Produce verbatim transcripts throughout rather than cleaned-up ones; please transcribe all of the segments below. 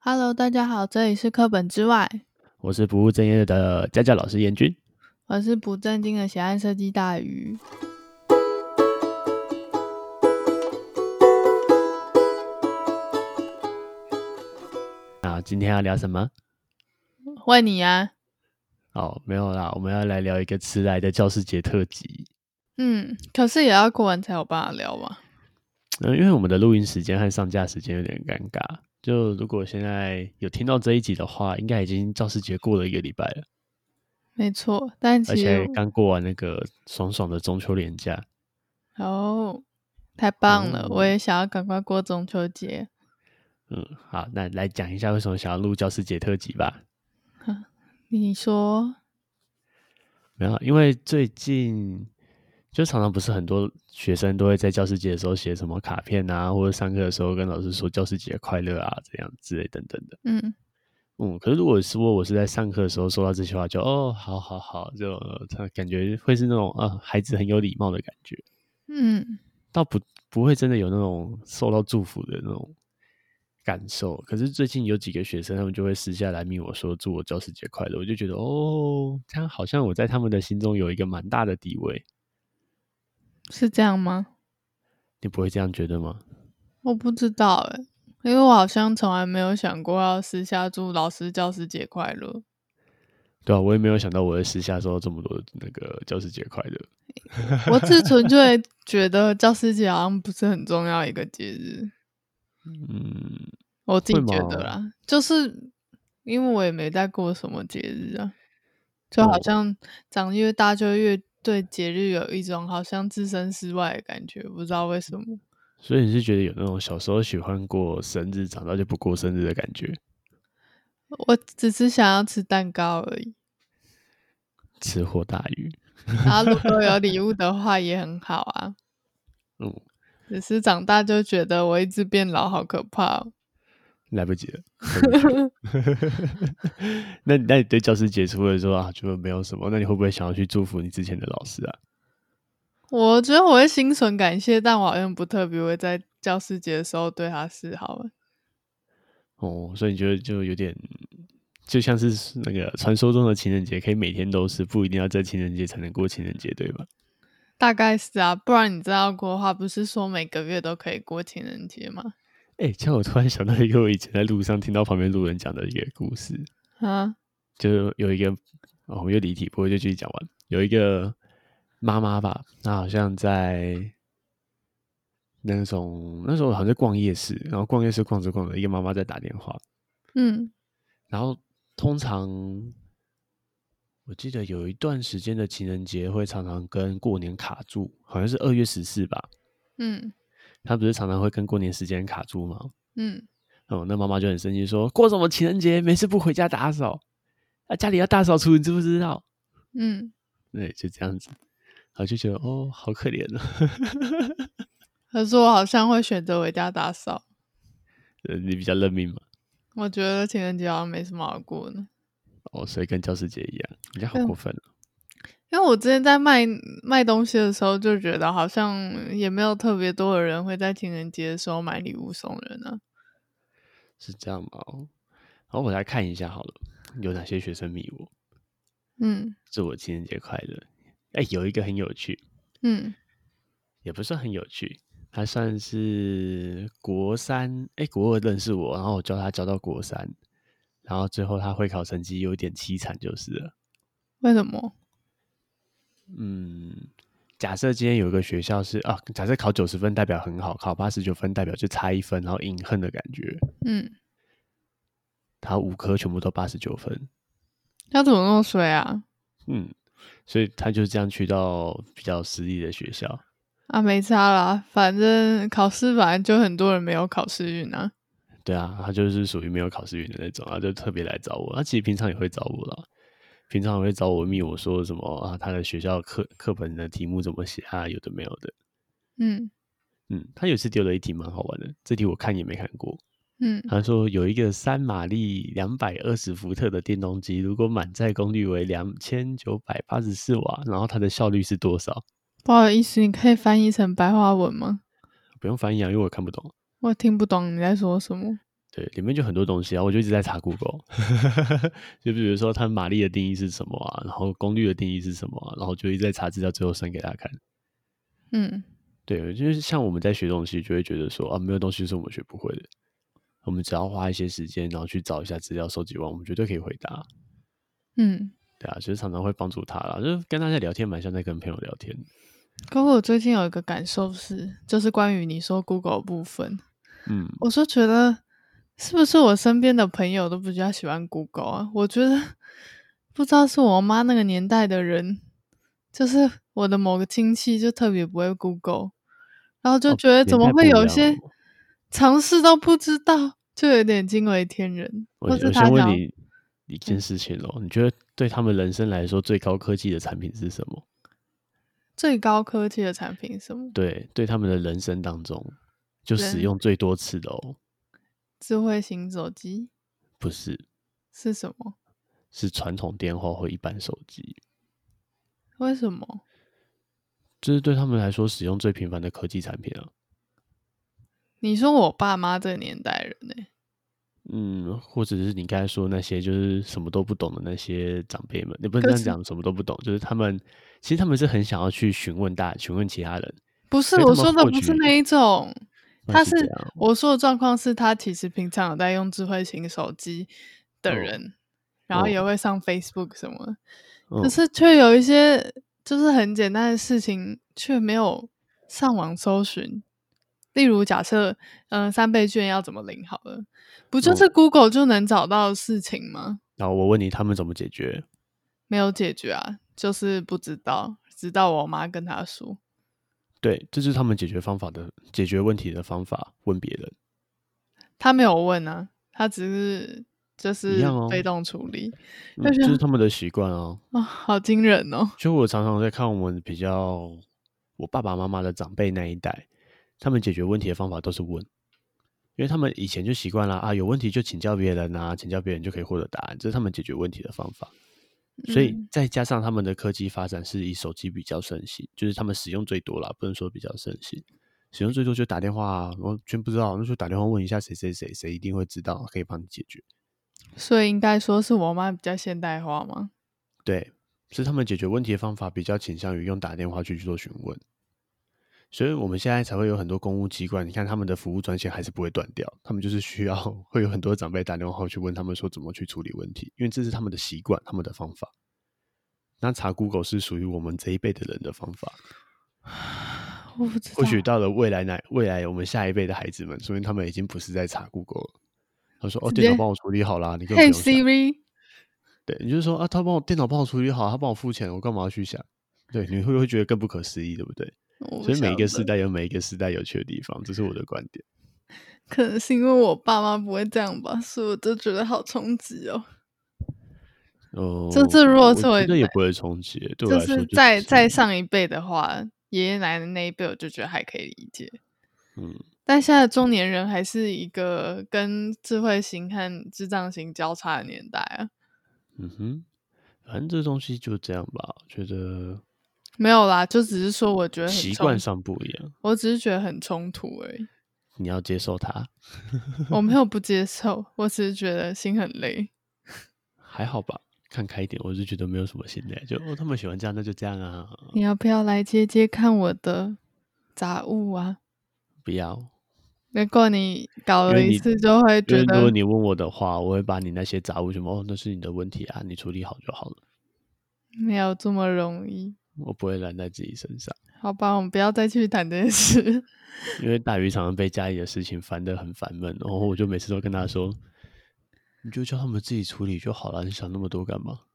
Hello， 大家好，这里是课本之外， 我是不务正业的家教老师严君， 我是不正经的喜爱设计大鱼。 那今天要聊什么？ 问你啊。 哦，没有啦，我们要来聊一个迟来的教师节特辑。 嗯，可是也要过完才有办法聊嘛。 嗯，因为我们的录音时间和上架时间有点尴尬，就如果现在有听到这一集的话，应该已经教师节过了一个礼拜了。 没错，但其而实且刚过完那个爽爽的中秋连假。 哦，太棒了， 哦我也想要赶快过中秋节。 嗯，好，那来讲一下为什么想要录教师节特辑吧。 你说？ 没有，因为最近就常常不是很多学生都会在教师节的时候写什么卡片啊，或者上课的时候跟老师说教师节快乐啊，这样之类等等的。 嗯嗯，可是如果说我是在上课的时候说到这些话就，哦，好好好，就他感觉会是那种啊、呃，孩子很有礼貌的感觉， 嗯， 倒不不会真的有那种受到祝福的那种感受。可是最近有几个学生，他们就会私下来密我说祝我教师节快乐，我就觉得哦，这样好像我在他们的心中有一个蛮大的地位。 是这样吗？ 你不会这样觉得吗？ 我不知道诶，因为我好像从来没有想过要私下祝老师教师节快乐。 对啊，我也没有想到我会私下收到这么多的那个教师节快乐。 我只纯粹觉得教师节好像不是很重要一个节日。 嗯， 我自己觉得啦，就是因为我也没在过什么节日啊，就好像长越大就越对节日有一种好像置身事外的感觉，不知道为什么。 所以你是觉得有那种小时候喜欢过生日，长大就不过生日的感觉？ 我只是想要吃蛋糕而已， 吃货大鱼。 然后如果有礼物的话也很好啊。 嗯， 只是长大就觉得我一直变老，好可怕哦。 来不及了。那那你对教师节除了说啊，就没有什么，那你会不会想要去祝福你之前的老师啊？ 我觉得我会心存感谢，但我好像不特别会在教师节的时候对他示好。 哦，所以你觉得就有点，就像是那个传说中的情人节，可以每天都是，不一定要在情人节才能过情人节，对吧？ 大概是啊，不然你这样过的话，不是说每个月都可以过情人节吗？ 哎、欸，叫我突然想到一个我以前在路上听到旁边路人讲的一个故事啊， 就有一个哦，我又离题，不过就继续讲完。有一个妈妈吧，她好像在那种那时候好像在逛夜市，然后逛夜市逛着逛着，一个妈妈在打电话， 嗯， 然后通常我记得有一段时间的情人节会常常跟过年卡住，好像是二月十四吧， 嗯她不是常常会跟过年时间卡住吗？ 嗯， 哦，那妈妈就很生气说：“过什么情人节，没事不回家打扫？啊，家里要大扫除，你知不知道？” 嗯， 对，就这样子，然后就觉得哦，好可怜啊。 可是我好像会选择回家打扫。 呃，你比较认命嘛？ 我觉得情人节好像没什么好过呢。 哦，所以跟教师节一样，你家好嗯过分哦。 因为我之前在卖卖东西的时候，就觉得好像也没有特别多的人会在情人节的时候买礼物送人啊。 是这样吗？然后我来看一下好了，有哪些学生密我， 嗯祝我情人节快乐。哎，有一个很有趣， 嗯也不算很有趣，他算是国三，哎，国二认识我，然后我教他教到国三，然后最后他会考成绩有点凄惨，就是了。 为什么？ 嗯，假设今天有一个学校是啊，假设考九十分代表很好，考八十九分代表就差一分，然后隐恨的感觉。 嗯， 他五科全部都八十九分， 要怎么那么衰啊？ 嗯，所以他就这样去到比较私立的学校。 啊，没差啦，反正考试本来就很多人没有考试运啊。 对啊，他就是属于没有考试运的那种，他就特别来找我。他其实平常也会找我啦，平常也会找我密我说什么啊，他的学校课课本的题目怎么写啊，有的没有的。 嗯嗯，他有一次丢了一题蛮好玩的，这题我看也没看过。 嗯， 他说有一个三马力两百二十伏特的电动机，如果满载功率为两千九百八十四瓦，然后它的效率是多少？ 不好意思，你可以翻译成白话文吗？ 不用翻译啊，因为我看不懂。 我听不懂你在说什么。 对，里面就很多东西啊，我就一直在查 Google， 就比如说它马力的定义是什么啊，然后功率的定义是什么啊，然后就一直在查资料，最后算给他看。 嗯， 对，就是像我们在学东西，就会觉得说啊，没有东西是我们学不会的，我们只要花一些时间，然后去找一下资料，收集完，我们绝对可以回答。 嗯， 对啊，就是常常会帮助他啦，就是跟他在聊天，蛮像在跟朋友聊天。 可我最近有一个感受是，就是关于你说 Google 的部分， 嗯， 我就觉得是不是我身边的朋友都比较喜欢 Google 啊？我觉得不知道是我妈那个年代的人，就是我的某个亲戚就特别不会 Google，然后就哦， 觉得怎么会年代不一有些样哦。 常识都不知道，就有点惊为天人，或是我我他想先问你一件事情咯，你觉得对他们人生来说最高科技的产品是什么？ 最高科技的产品是什么？ 对，对他们的人生当中，就使人用最多次的哦， 智慧型手机不是， 是什么？ 是传统电话或一般手机， 为什么？ 这是对他们来说使用最频繁的科技产品啊。 你说我爸妈这个年代人呢、欸？ 嗯，或者是你刚才说那些就是什么都不懂的那些长辈们，你不能可是这样讲，什么都不懂，就是他们其实他们是很想要去询问大询问其他人， 不是可是他们我说的， 获取不是那一种。 那他是是这样， 我说的状况是他其实平常有在用智慧型手机的嗯人，然后也会上 Facebook 什么的， 嗯， 可是却有一些就是很简单的事情却没有上网搜寻。例如假设嗯、呃、三倍券要怎么领好了，不就是 Google 就能找到的事情吗？ 然后我问你他们怎么解决？ 没有解决啊，就是不知道，直到我妈跟他说。 对，这就是他们解决方法的解决问题的方法，问别人他没有问啊，他只是就一是样哦， 被动处理， 嗯， 就觉得这是他们的习惯哦。 啊、好惊人哦。 就我常常在看我们比较我爸爸妈妈的长辈那一代，他们解决问题的方法都是问，因为他们以前就习惯了啊，有问题就请教别人啊，请教别人就可以获得答案，这是他们解决问题的方法。所以嗯， 再加上他们的科技发展是以手机比较盛行，就是他们使用最多啦，不能说比较盛行，使用最多就打电话啊，我全不知道，那就打电话问一下谁谁谁，谁一定会知道，可以帮你解决。 所以应该说是我妈比较现代化吗？ 对，是他们解决问题的方法比较倾向于用打电话去做询问，所以我们现在才会有很多公务机关，你看他们的服务专线还是不会断掉，他们就是需要会有很多长辈打电话去问他们说怎么去处理问题，因为这是他们的习惯，他们的方法。那查 Google 是属于我们这一辈的人的方法， 我不知道。 或许到了未来来未来我们下一辈的孩子们，说明他们已经不是在查 Google 了。他说：“哦， 直接电脑帮我处理好啦，你根本 ，Hey 不用想。” Siri， 对，你就说啊，他帮我电脑帮我处理好，他帮我付钱，我干嘛要去想？对，你会不会觉得更不可思议，对不对？ 我不所以每一个晓得， 时代有每一个时代有趣的地方，这是我的观点。 可能是因为我爸妈不会这样吧，所以我就觉得好冲击哦。 哦、 这这如果我是我觉得也不会冲击，对我就是来说就只是再再上一辈的话，爷爷奶奶那一辈，我就觉得还可以理解。 嗯， 但现在的中年人还是一个跟智慧型和智障型交叉的年代啊。 嗯哼，反正这东西就这样吧，我觉得没有啦，就只是说我觉得很习冲惯上不一样， 我只是觉得很冲突而已。 你要接受它， 我没有不接受，我只是觉得心很累。 还好吧。看开一点，我就觉得没有什么心累，就哦，他们喜欢这样，那就这样啊， 你要不要来接接看我的杂物啊？ 不要。 如果你搞因为你了一次，就会因为觉得如果你问我的话，我会把你那些杂物什么，哦，那是你的问题啊，你处理好就好了， 没有这么容易。 我不会揽在自己身上。 好吧，我们不要再去谈这件事。 因为大鱼常常被家里的事情烦得很烦闷，然后我就每次都跟他说：“你就叫他们自己处理就好了，你想那么多干嘛？”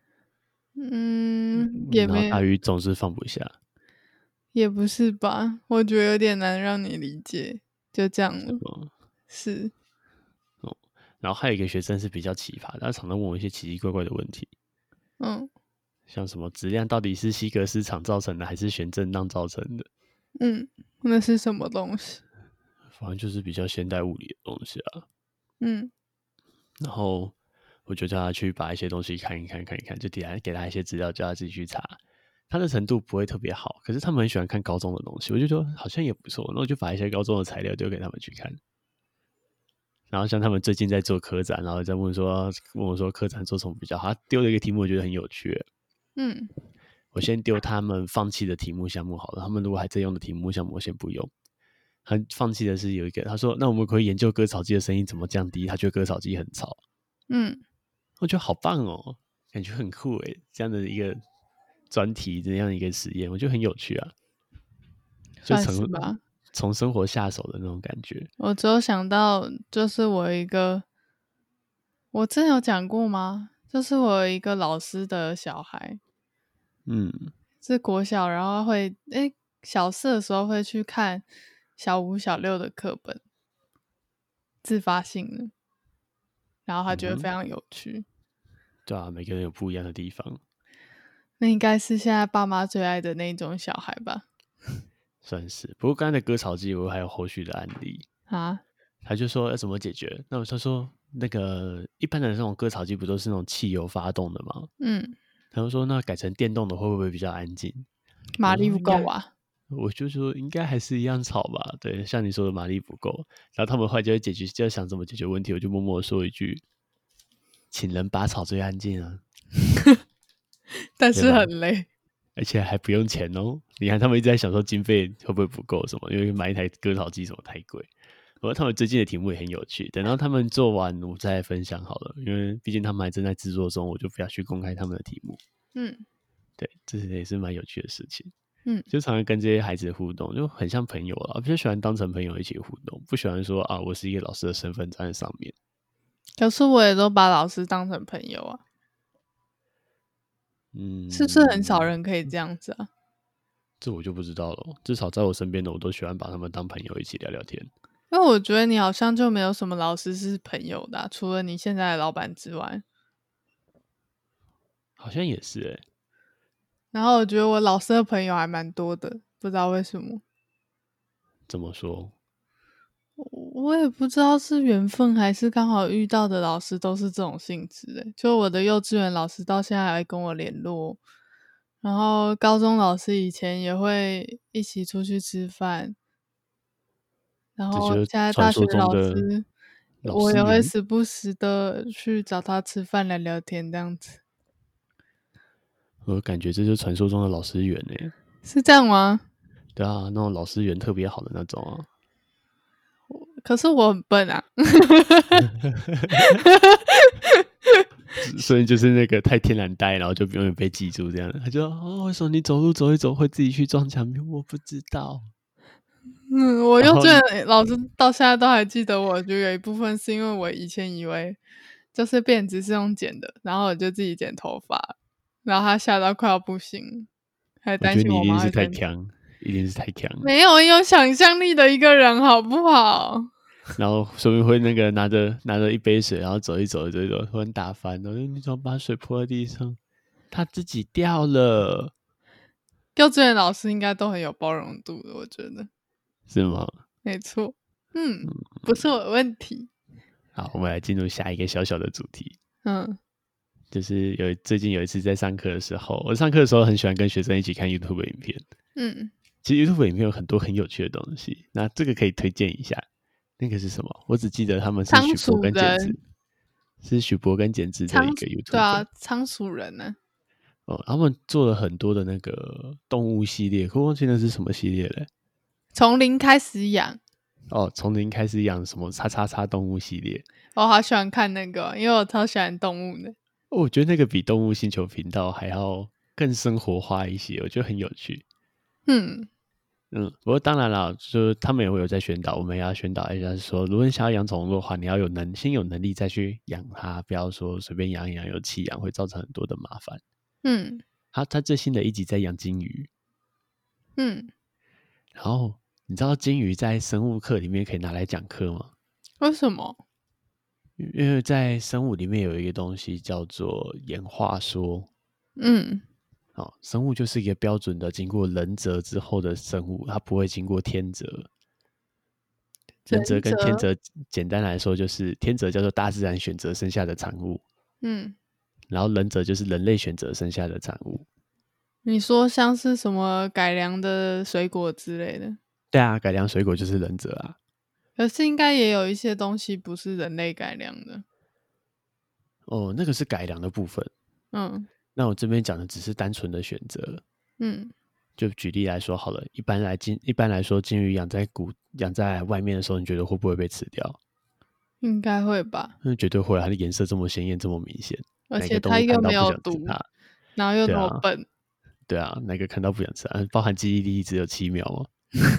嗯，也然后没大鱼总是放不下， 也不是吧？我觉得有点难让你理解，就这样了。 嗯， 是， 然后还有一个学生是比较奇葩的，他常常问我一些奇奇怪怪的问题， 嗯像什么质量到底是希格斯场造成的还是旋震荡造成的， 嗯，那是什么东西？ 反正就是比较现代物理的东西啊。 嗯然后我就叫他去把一些东西看一看，看一看，就给他给他一些资料，叫他自己去查。他的程度不会特别好，可是他们很喜欢看高中的东西，我就说好像也不错，那我就把一些高中的材料丢给他们去看。 然后像他们最近在做科展，然后在问说问我说科展做什么比较好，他丢了一个题目我觉得很有趣。嗯，我先丢他们放弃的题目项目好了，他们如果还在用的题目项目我先不用。他放弃的是有一个，他说那我们可以研究割草机的声音怎么降低，他觉得割草机很吵。嗯，我觉得好棒哦，感觉很酷诶，这样的一个专题这样一个实验我觉得很有趣啊，就从从生活下手的那种感觉。 我只有想到就是我一个，我之前有讲过吗？就是我有一个老师的小孩，嗯，是国小，然后会诶小四的时候会去看小五小六的课本，自发性的，然后他觉得非常有趣。嗯， 对啊，每个人有不一样的地方。 那应该是现在爸妈最爱的那种小孩吧。 算是，不过刚才的割草机我还有后续的案例啊。他就说要怎么解决，那他说那个一般的那种割草机不都是那种汽油发动的吗？嗯，他就说那改成电动的会不会比较安静？ 马力不够啊。 我就说应该还是一样吵吧。对，像你说的马力不够。然后他们后来就会解决，就要想怎么解决问题。我就默默说一句：请人拔草最安静啊。 但是很累， 而且还不用钱哦。你看他们一直在想说经费会不会不够什么，因为买一台割草机什么太贵。不过他们最近的题目也很有趣，等到他们做完我再分享好了，因为毕竟他们还正在制作中，我就不要去公开他们的题目。嗯，对，这是也是蛮有趣的事情。嗯，就常常跟这些孩子互动，就很像朋友啦。我比较喜欢当成朋友一起互动，不喜欢说啊，我是一个老师的身份站在上面。 可是我也都把老师当成朋友啊。嗯，是不是很少人可以这样子啊？ 这我就不知道了。至少在我身边的，我都喜欢把他们当朋友一起聊聊天。 因为我觉得你好像就没有什么老师是朋友的啊，除了你现在的老板之外。 好像也是欸。 然后我觉得我老师的朋友还蛮多的，不知道为什么。 怎么说？ 我也不知道是缘分还是刚好遇到的老师都是这种性质的。就我的幼稚园老师到现在还会跟我联络，然后高中老师以前也会一起出去吃饭，然后现在大学老师我也会时不时的去找他吃饭聊聊天这样子。 我感觉这就是传说中的老师缘欸。 是这样吗？ 对啊，那种老师缘特别好的那种啊。 可是我很笨啊。 所以就是那个太天然呆，然后就永远被记住这样。他就哦，为什么你走路走一走会自己去撞墙壁？我不知道。 嗯，我幼稚园老师到现在都还记得我，觉得有一部分是因为我以前以为就是辫子是用剪的，然后我就自己剪头发，然后他吓到快要不行，还担心我妈会太强，一定是太强。 没有有想象力的一个人，好不好？ 然后说不定会那个拿着拿着一杯水，然后走一走走一走，突然打翻了，你怎么把水泼在地上？他自己掉了。 幼稚园老师应该都很有包容度的，我觉得。 是吗？ 没错。嗯，不是我的问题。 好，我们来进入下一个小小的主题。嗯，就是有最近有一次在上课的时候，我上课的时候很喜欢跟学生一起看 YouTube 影片。嗯，其实 YouTube 影片有很多很有趣的东西，那这个可以推荐一下。那个是什么？我只记得他们是许博跟简直，是许博跟简直的一个 YouTube。 对啊，仓鼠人呢、 啊？哦，他们做了很多的那个动物系列，可我忘记那是什么系列嘞？ 从零开始养。 哦，从零开始养什么叉叉叉动物系列？ 我好喜欢看那个，因为我超喜欢动物的。 哦，我觉得那个比动物星球频道还要更生活化一些，我觉得很有趣。嗯。嗯，不过当然了，就是他们也会有在宣导，我们也要宣导一下，说如果你想要养宠物的话，你要有能先有能力再去养它，不要说随便养一养有弃养，会造成很多的麻烦。嗯，他他最新的一集在养金鱼。嗯，然后你知道金鱼在生物课里面可以拿来讲课吗？ 为什么？ 因为在生物里面有一个东西叫做演化说。嗯。哦，生物就是一个标准的经过人择之后的生物，它不会经过天择。人择跟天择简单来说就是天择叫做大自然选择生下的产物。嗯，然后人择就是人类选择生下的产物。 你说像是什么改良的水果之类的？ 对啊，改良水果就是人择啊。 可是应该也有一些东西不是人类改良的。 哦，那个是改良的部分。 嗯， 那我这边讲的只是单纯的选择。 嗯， 就举例来说好了，一般来金一般来说，金鱼养在谷养在外面的时候，你觉得会不会被吃掉？ 应该会吧。 嗯，绝对会啊，它的颜色这么鲜艳，这么明显， 而且哪个动它又没物看到不有毒， 想吃它？ 然后又对啊， 那么笨。 对啊，哪个看到不想吃啊？包含记忆力只有七秒吗？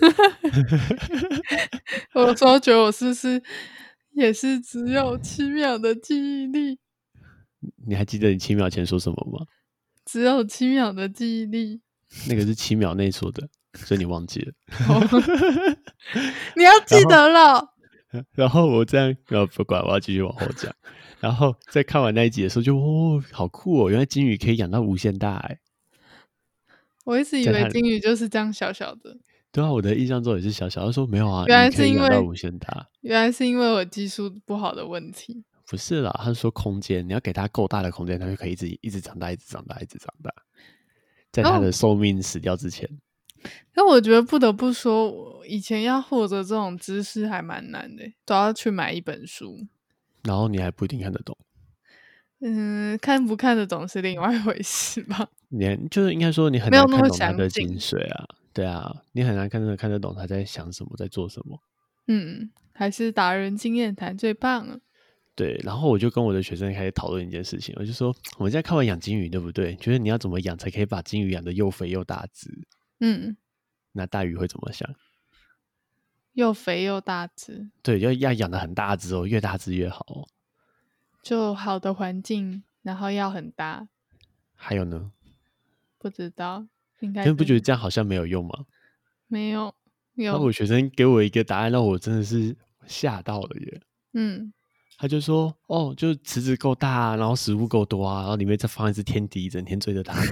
我有时候觉得我是不是也是只有七秒的记忆力？ 你还记得你七秒前说什么吗？ 只有七秒的记忆力。 那个是七秒内说的，所以你忘记了。 哦你要记得了。 然后我这样，呃，不管，我要继续往后讲。然后在看完那一集的时候就，哦，好酷哦！原来金鱼可以养到无限大哎。 我一直以在它为金鱼就是这样小小的。 对啊，我的印象中也是小小。他说没有啊， 原来鱼可以是因为养到无限大。 原来是因为我技术不好的问题。 不是啦，他是说空间，你要给它够大的空间，它就可以一直一直长大，一直长大，一直长大，在它的寿命死掉之前。 但我觉得不得不说，我以前要获得这种知识还蛮难的，都要去买一本书。 然后你还不一定看得懂。 嗯，看不看得懂是另外一回事吧。 你就是应该说你很难看懂它的精髓啊，对啊，你很难看得看得懂他在想什么，在做什么。 嗯，还是达人经验谈最棒了。 对，然后我就跟我的学生开始讨论一件事情，我就说我们现在看完养金鱼，对不对？觉得你要怎么养才可以把金鱼养得又肥又大只？ 嗯， 那大鱼会怎么想？ 又肥又大只， 对，要要养得很大只哦，越大只越好哦。 就好的环境，然后要很大。 还有呢？ 不知道，应该你不觉得这样好像没有用吗？ 没有，有。 然后我学生给我一个答案，让我真的是吓到了耶。 嗯， 他就说：“哦，就池子够大啊，然后食物够多啊，然后里面再放一只天敌，整天追着它。”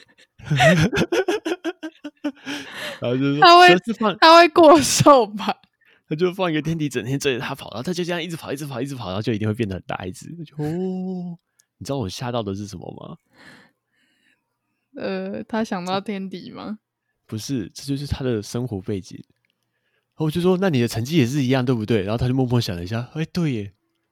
然后就说：“ 他会放他会过瘦吧？” 他就放一个天敌，整天追着它跑，然后他就这样一直跑，一直跑，一直跑，然后就一定会变得很大一只。就哦，你知道我吓到的是什么吗？ 呃，他想到天敌吗？ 不是，这就是他的生活背景。然后我就说：“那你的成绩也是一样，对不对？”然后他就默默想了一下，哎，对耶。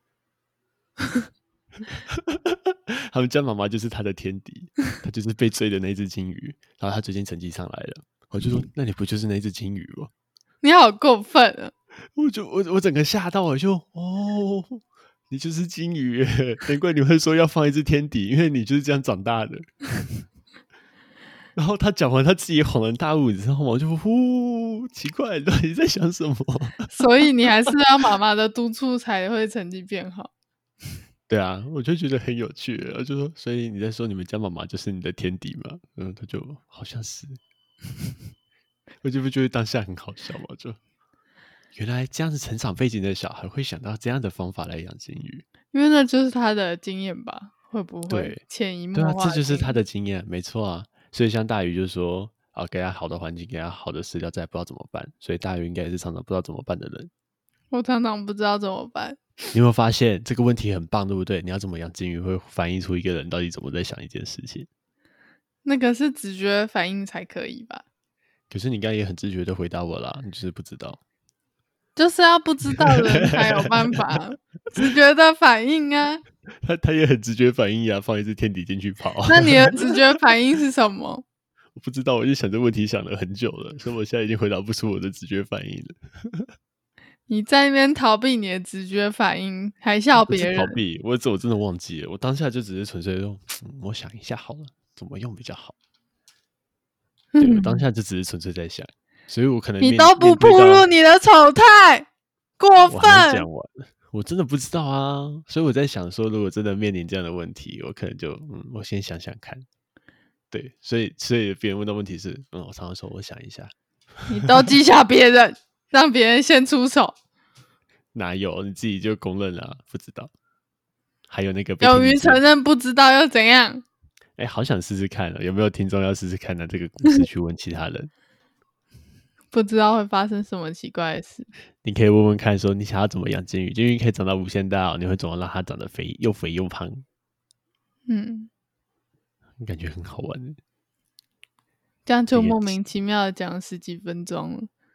他们家妈妈就是他的天敌，他就是被追的那只金鱼，然后他最近成绩上来了，我就说：“那你不就是那只金鱼吗？” 你好过分啊！ 我就我我整个吓到，我就哦，你就是金鱼耶，难怪你会说要放一只天敌，因为你就是这样长大的。然后他讲完，他自己恍然大悟，你知道吗？我就呼，奇怪，到底在想什么？ 所以你还是要妈妈的督促才会成绩变好。 对啊，我就觉得很有趣，我就说，所以你在说你们家妈妈就是你的天敌吗？嗯，他就好像是，我就不觉得当下很好笑嘛？就原来这样子成长背景的小孩会想到这样的方法来养金鱼， 因为那就是他的经验吧？会不会对， 潜移默对啊， 化？ 这就是他的经验，没错啊。所以像大鱼就说啊，给他好的环境，给他好的饲料，再不知道怎么办。所以大鱼应该也是常常不知道怎么办的人。 我常常不知道怎么办。 你有没有发现这个问题很棒，对不对？你要怎么养金鱼，会反映出一个人到底怎么在想一件事情。 那个是直觉反应才可以吧？ 可是你刚才也很直觉的回答我啦，你就是不知道， 就是要不知道的人才有办法直觉的反应啊。 他他也很直觉反应呀，放一只天敌进去跑。 那你的直觉反应是什么？ 我不知道，我就想这问题想了很久了，所以我现在已经回答不出我的直觉反应了。 你在那边逃避你的直觉反应，还笑别人？ 逃避，我这我真的忘记了，我当下就只是纯粹用，嗯，我想一下好了，怎么用比较好。对，我当下就只是纯粹在想，所以我可能你都不暴露你的丑态，过分！ 我还没讲完，我真的不知道啊，所以我在想说，如果真的面临这样的问题，我可能就嗯，我先想想看。对，所以所以别人问到问题是，嗯，我常常说我想一下， 你都记下别人，让别人先出手， 哪有你自己就公认了、啊，不知道。还有那个勇于承认不知道又怎样？ 哎、欸，好想试试看、喔，有没有听众要试试看呢？这个故事去问其他人， 不知道会发生什么奇怪的事。 你可以问问看，说你想要怎么养金鱼？金鱼可以长到无限大、喔，你会怎么让它长得肥又肥又胖？ 嗯， 感觉很好玩。 这样就莫名其妙的讲了十几分钟了。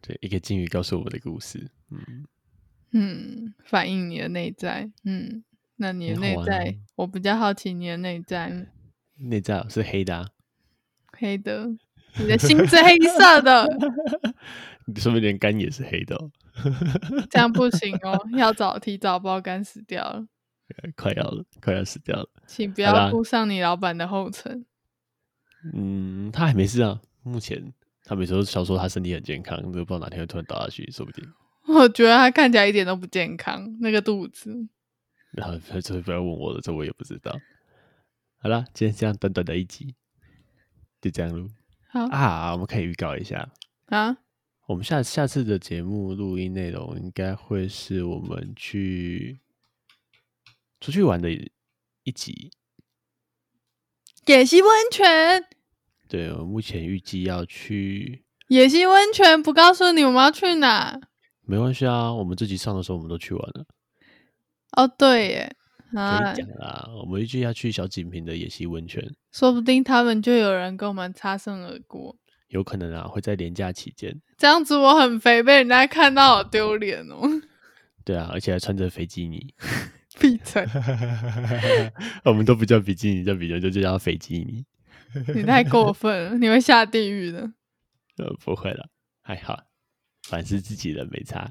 对，一个金鱼告诉我们的故事。嗯嗯，反映你的内在。嗯，那你的很好玩内在， 啊。 我比较好奇你的内在。 内在是黑的啊， 黑的，你的心是黑色的， 你说不定连肝也是黑的哦。 这样不行哦，要早提早爆肝死掉了。 快要了，快要死掉了。 请不好啦， 要步上你老板的后尘。 嗯，他还没事啊。目前他每次都想说他身体很健康，都不知道哪天会突然倒下去，说不定。 我觉得他看起来一点都不健康，那个肚子。 然后这不要问我了，这我也不知道。好啦，今天这样短短的一集，就这样录。 好啊，我们可以预告一下啊， 我们下下次的节目录音内容应该会是我们去出去玩的一集。 野溪温泉， 对，我目前预计要去。 野溪温泉不告诉你我们要去哪？ 没关系啊，我们这集上的时候我们都去完了。 哦，对耶， 可啊以，讲啦，我们预计要去小锦屏的野溪温泉， 说不定他们就有人跟我们擦身而过。 有可能啊会在连假期间。 这样子我很肥，被人家看到好丢脸哦。 对啊，而且还穿着肥基尼。 闭嘴！ 我们都不叫比基尼，叫比基尼就叫肥基尼。 你太过分了，你会下地狱的。 呃，不会了，还好，反正是自己人没差。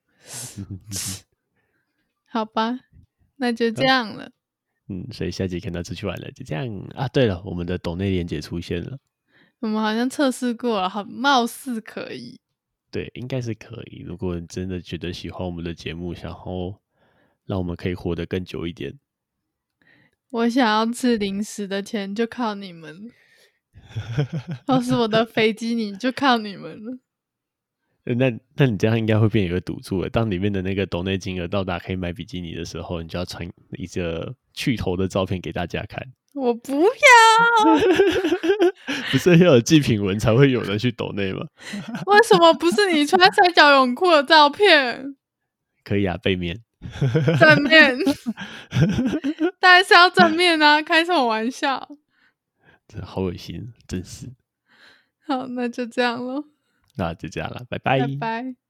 好吧，那就这样了。 嗯，所以下集看到出去玩了，就这样啊。对了，我们的抖内连结出现了。 我们好像测试过了，好，貌似可以。 对，应该是可以。如果你真的觉得喜欢我们的节目，然后让我们可以活得更久一点， 我想要吃零食的钱就靠你们了，要是我的飞机你就靠你们了。 那那你这样应该会变有一个赌注了。当里面的那个抖内金额到达可以买比基尼的时候，你就要传一个去头的照片给大家看。 我不要， 不是要有祭品文才会有人去抖内吗？ 为什么不是你穿三角泳裤的照片？ 可以啊，背面。 正面，当然是要正面啊！开什么玩笑？ 真的好恶心，真是。 好，那就这样咯， 那就这样了，拜拜。 拜拜。